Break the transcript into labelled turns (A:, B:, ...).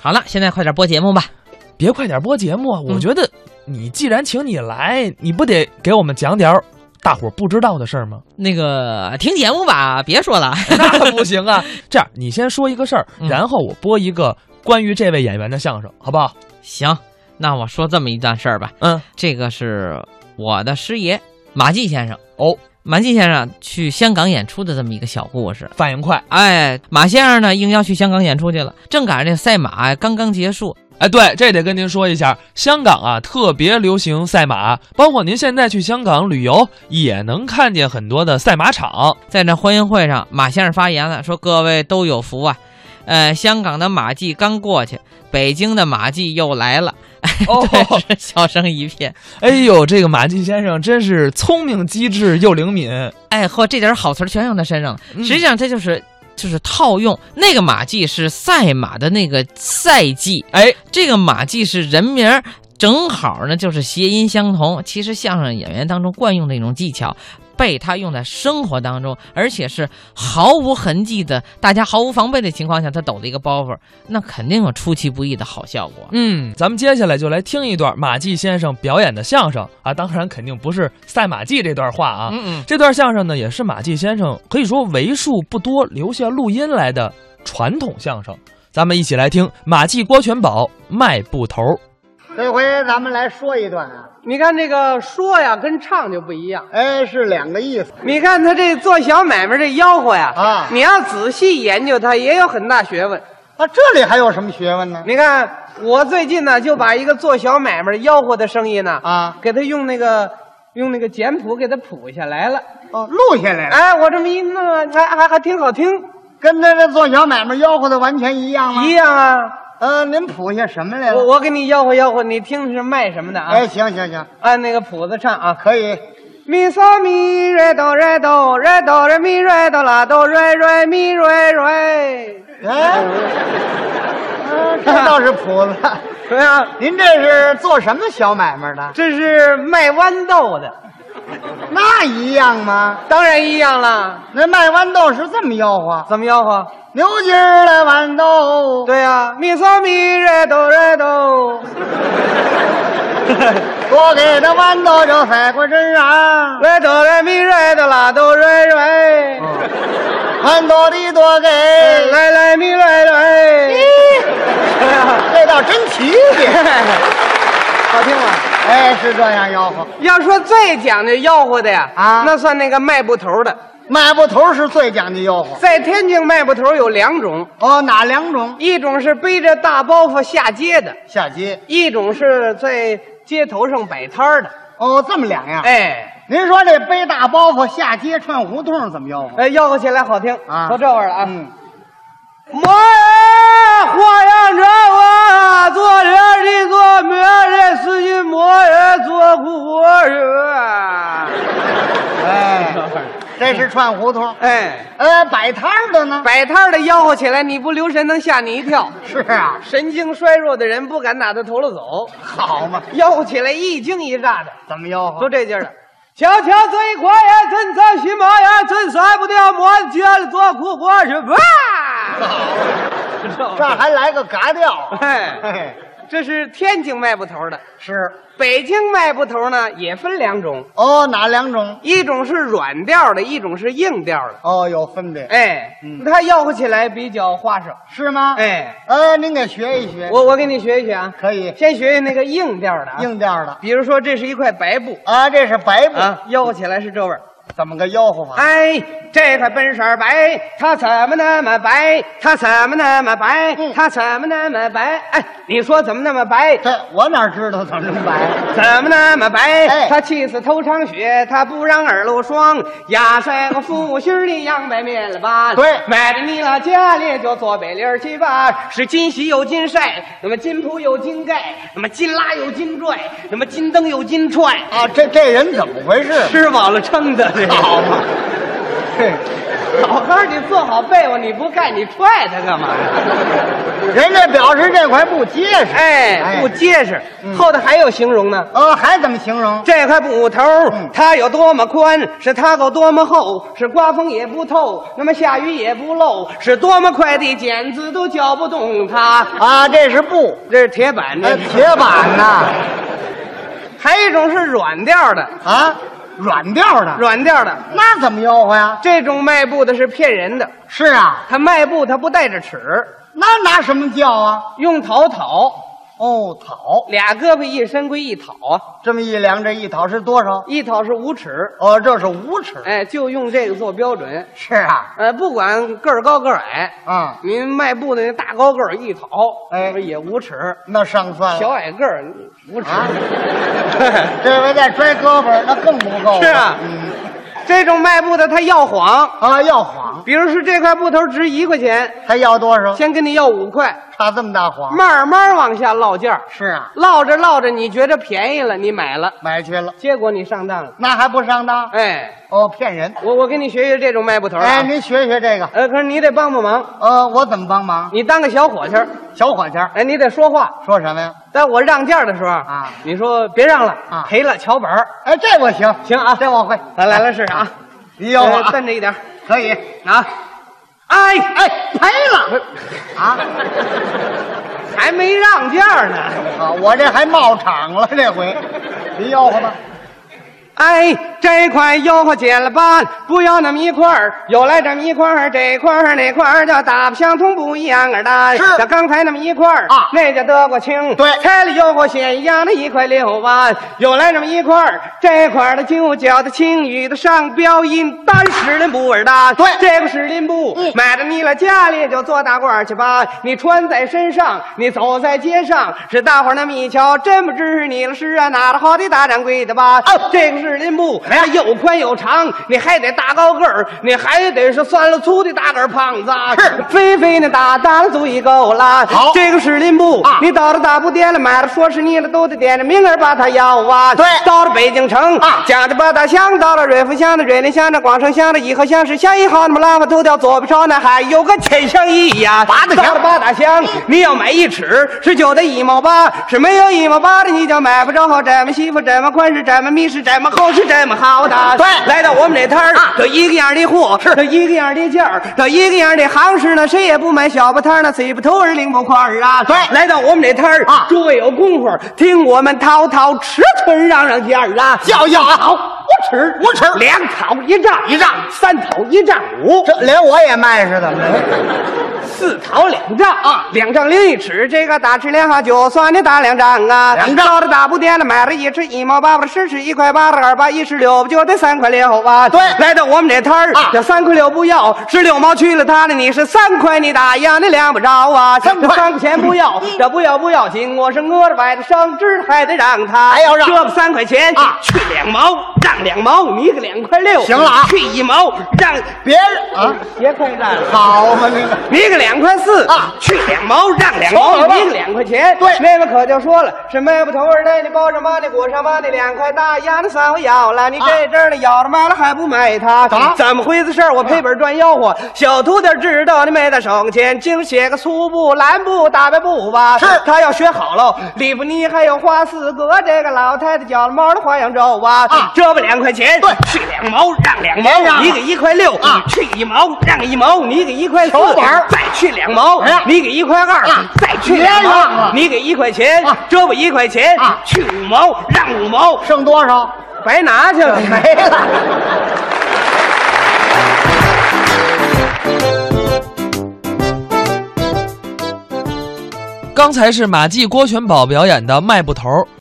A: 好了，现在快点播节目吧。
B: 别快点播节目，我觉得你既然请你来，你不得给我们讲点大伙不知道的事儿吗？
A: 那个听节目吧，别说了。
B: 那不行啊。这样，你先说一个事儿，然后我播一个关于这位演员的相声，好不好？
A: 行，那我说这么一段事儿吧。这个是我的师爷马季先生哦。马季先生去香港演出的这么一个小故事，
B: 反应快。
A: 马先生呢应邀去香港演出去了，正赶上这赛马刚刚结束。
B: 对，这得跟您说一下，香港啊特别流行赛马，包括您现在去香港旅游也能看见很多的赛马场。
A: 在那欢迎会上，马先生发言了，说各位都有福啊，香港的马季刚过去，北京的马季又来了。对，是笑声一片。
B: 哎呦，这个马季先生真是聪明机智又灵敏。
A: 这点好词全用在身上了。实际上这就是套用那个马季是赛马的那个赛季，这个马季是人名，正好呢就是谐音相同。其实相声演员当中惯用的一种技巧，被他用在生活当中，而且是毫无痕迹的，大家毫无防备的情况下，他抖了一个包袱，那肯定有出其不意的好效果。
B: 咱们接下来就来听一段马季先生表演的相声啊，当然肯定不是赛马季这段话啊。这段相声呢，也是马季先生可以说为数不多留下录音来的传统相声。咱们一起来听马季郭全宝迈步头。
C: 这回咱们来说一段啊。
D: 你看这个说呀跟唱就不一样，
C: 是两个意思。
D: 你看他这做小买卖这吆喝呀，你要仔细研究它也有很大学问
C: 啊。这里还有什么学问呢？
D: 你看我最近呢就把一个做小买卖吆喝的生意呢给他用那个简谱给他谱下来了，
C: 录下来了。
D: 我这么一弄还挺好听，
C: 跟他这做小买卖吆喝的完全一样吗？
D: 一样啊。
C: 您谱下什么来了？
D: 我给你吆喝吆喝，你听是卖什么的啊？
C: 行，
D: 按那个谱子唱啊。
C: 可以。
D: 咪嗦咪瑞哆瑞哆瑞哆瑞咪瑞哆啦哆瑞瑞咪瑞瑞。
C: 这倒是谱子。
D: 对啊，
C: 您这是做什么小买卖的？
D: 这是卖豌豆的。
C: 那一样吗？
D: 当然一样了。
C: 那卖豌豆是这么吆喝？
D: 怎么吆喝？
C: 牛筋儿来豌豆。
D: 对呀，咪嗦咪瑞哆瑞哆。
C: 多给的豌豆就塞过针啊。
D: 瑞哆瑞咪瑞哆啦哆瑞瑞。
C: 豌豆的多给
D: 来来咪瑞瑞。
C: 这倒真齐别。
D: 好听吗？
C: 是这样吆喝。
D: 要说最讲究吆喝的呀，那算那个卖布头的。
C: 卖布头是最讲究吆喝。
D: 在天津卖布头有两种。
C: 哪两种？
D: 一种是背着大包袱下街的，
C: 下街；
D: 一种是在街头上摆摊的。
C: 这么两样。
D: 您
C: 说这背大包袱下街串胡同怎么吆喝？
D: 吆喝起来好听啊，都这味儿了啊。莫花样着我做人的做没人事情莫人做苦人。
C: 这是串胡同。摆摊的呢？
D: 摆摊的吆喝起来，你不留神能吓你一跳。
C: 是啊，
D: 神经衰弱的人不敢打他头了走。
C: 好嘛，
D: 吆喝起来一惊一乍的。
C: 怎么吆喝？
D: 都这劲儿了。悄悄这一块呀，真操心毛呀，真甩不掉，莫觉了做苦活是吧？
C: 这还来个嘎调。
D: 这是天津卖布头的。
C: 是。
D: 北京卖布头呢也分两种。
C: 哪两种？
D: 一种是软调的，一种是硬调的。
C: 有分别。
D: 它吆喝起来比较花哨。
C: 是吗？您给学一学。
D: 我给你学一学啊。
C: 可以。
D: 先学那个硬调的啊。
C: 硬调的。
D: 比如说这是一块白布
C: 这是白布
D: 啊，吆喝起来是这味儿。
C: 怎么个吆喝法？
D: 这块本色白，它怎么那么白？它怎么那么白？它怎么那么白？你说怎么那么白？
C: 我哪知道怎么那么白？
D: 怎么那么白？它气死头场血，它不让耳露霜，压晒个负心的洋白面了吧？
C: 对，
D: 买的你老家里就做北零七八，是金洗有金晒，那么金铺有金盖，那么金拉有金拽，那么金灯有金踹
C: 这人怎么回事？
D: 吃饱了撑的。
C: 好嘛，
D: 好好你做好被窝，你不盖你踹它干嘛呀？
C: 人家表示这块不结实，
D: 哎，不结实。后头还有形容呢。
C: 还怎么形容？
D: 这块布头，它有多么宽，是它够多么厚，是刮风也不透，那么下雨也不漏，是多么快的剪子都搅不动它
C: 啊！这是布，
D: 这是铁板的，
C: 铁板呐。
D: 还有一种是软调的
C: 啊，软调的，
D: 软调的，
C: 那怎么吆喝呀？
D: 这种卖布的是骗人的。
C: 是啊，
D: 他卖布他不带着尺，
C: 那拿什么叫啊？
D: 用讨讨。
C: 哦，讨
D: 俩胳膊一伸归一讨啊，
C: 这么一量，这一讨是多少？
D: 一讨是5尺。
C: 哦，这是5尺。
D: 哎，就用这个做标准。
C: 是啊，
D: 不管个儿高个儿矮
C: 啊，
D: 您卖布的那大高个儿一讨，
C: 哎，
D: 也5尺，
C: 那上算了。
D: 小矮个儿5尺，
C: 啊、这回再拽胳膊，那更不够。
D: 是啊，这种卖布的他要谎
C: 啊，要谎。
D: 比如说这块布头值1块钱，
C: 他要多少？
D: 先跟你要5块。
C: 差这么大谎，
D: 慢慢往下落价。
C: 是啊，
D: 落着落着，你觉得便宜了，你买了，
C: 买去了，
D: 结果你上当了，
C: 那还不上当？
D: 哎，
C: 哦，骗人！
D: 我跟你学学这种卖布头。
C: 哎，您学学这个。
D: 可是你得帮忙。
C: 我怎么帮忙？
D: 你当个小伙计儿，
C: 小伙计儿。
D: 哎，你得说话，
C: 说什么呀？
D: 在我让价的时候
C: 啊，
D: 你说别让了
C: 啊，
D: 赔了瞧本儿。
C: 哎，这我行，
D: 行啊，
C: 这我会。
D: 来了试试啊，
C: 你要我
D: 瞪着一点，
C: 可以
D: 啊。哎，
C: 赔了啊！
D: 还没让价呢
C: 啊！我这还冒场了，这回你吆喝吧。
D: 哎，这块吆喝减了半，不要那么一块儿，又来这么一块儿，这块儿那块儿叫大不相同，不一样儿的。
C: 是，
D: 像刚才那么一块儿
C: 啊，
D: 那叫德国青。
C: 对，
D: 拆了吆喝咸阳的1块6万，又来这么一块儿，这块儿的就叫的青雨的上标音单士林布儿的。
C: 对，
D: 这个士林布买到你了家里就做大褂去吧，你穿在身上，你走在街上，是大伙儿那么一瞧，真不知你了是啊，哪的好的大掌柜的吧？这个士林布它又宽又长，你还得大高个儿，你还得是酸了粗的大个儿胖子，
C: 是
D: 肥肥的大的足以够了。
C: 好，
D: 这个士林布
C: 啊，
D: 你到了大布店了买了，说是你了都得点着名儿把它要啊。
C: 对，
D: 到了北京城
C: 啊，
D: 讲的八大乡，到了瑞福乡的瑞林乡的广城乡的颐和乡是乡一号，那么拉法头条左边朝那还有个千乡一呀。
C: 八大乡
D: 到了八大乡，你要买1尺是就得1毛8，是没有1毛8的你就买不着这么西服这么宽是这么密是这么厚是这么好的。
C: 对，
D: 来到我们这摊儿，这一个样的货，是这一个样的价儿，这一个样的行市呢，谁也不买小布摊呢，嘴不头儿领不块儿啊。
C: 对，
D: 来到我们这摊儿
C: 啊，
D: 诸位有功夫听我们滔滔尺寸让价儿啊，
C: 叫
D: 好5尺
C: 5尺
D: ，2讨1丈
C: 1丈
D: ，3讨1丈5，
C: 这连我也卖似的。
D: 4讨2丈
C: 啊
D: ，2丈零1尺，这个大尺2号就算你大2丈啊。
C: 2丈
D: 到了大布店了，买了1尺1毛8，10尺1块8，2把1尺6，不就得3块6啊？
C: 对，
D: 来到我们这摊儿
C: 啊，
D: 这3块6不要，16毛去了他的，你是3块，你大洋你量不着啊。这3块钱不要，这不要紧，我是讹着崴的上值还得让他，
C: 还要让
D: 这不3块钱
C: 啊，
D: 去2毛，让2毛，你个2块6，
C: 行了啊
D: 去1毛，让
C: 别人啊，
D: 别快让了。
C: 好嘛你们。
D: 你个2块4
C: 啊，
D: 去2毛，让2毛，
C: 瞧
D: 你个2块钱。
C: 对
D: 那边可就说了，是卖不头儿的，你包上吧，你裹上吧，你2块大洋的算我要了，你这阵儿呢要了卖了还不卖它？怎么回事儿？我赔本赚吆喝，小徒弟知道你没得省钱，净写个粗布、蓝布、大白布吧。
C: 是
D: 他要学好喽，里布尼还有花4个，这个老太太绞了毛的花样皱啊。这不2块钱，
C: 对，
D: 去2毛，让2毛，你给1块6
C: 啊，
D: 去1毛，让1毛，你给1块4，再去2毛，你给1块2，再去2毛，你给1块钱，这不1块钱，去5毛，让5毛，
C: 剩多少？
D: 白拿去了，
C: 没了。
B: 刚才是马季郭全宝表演的卖布头。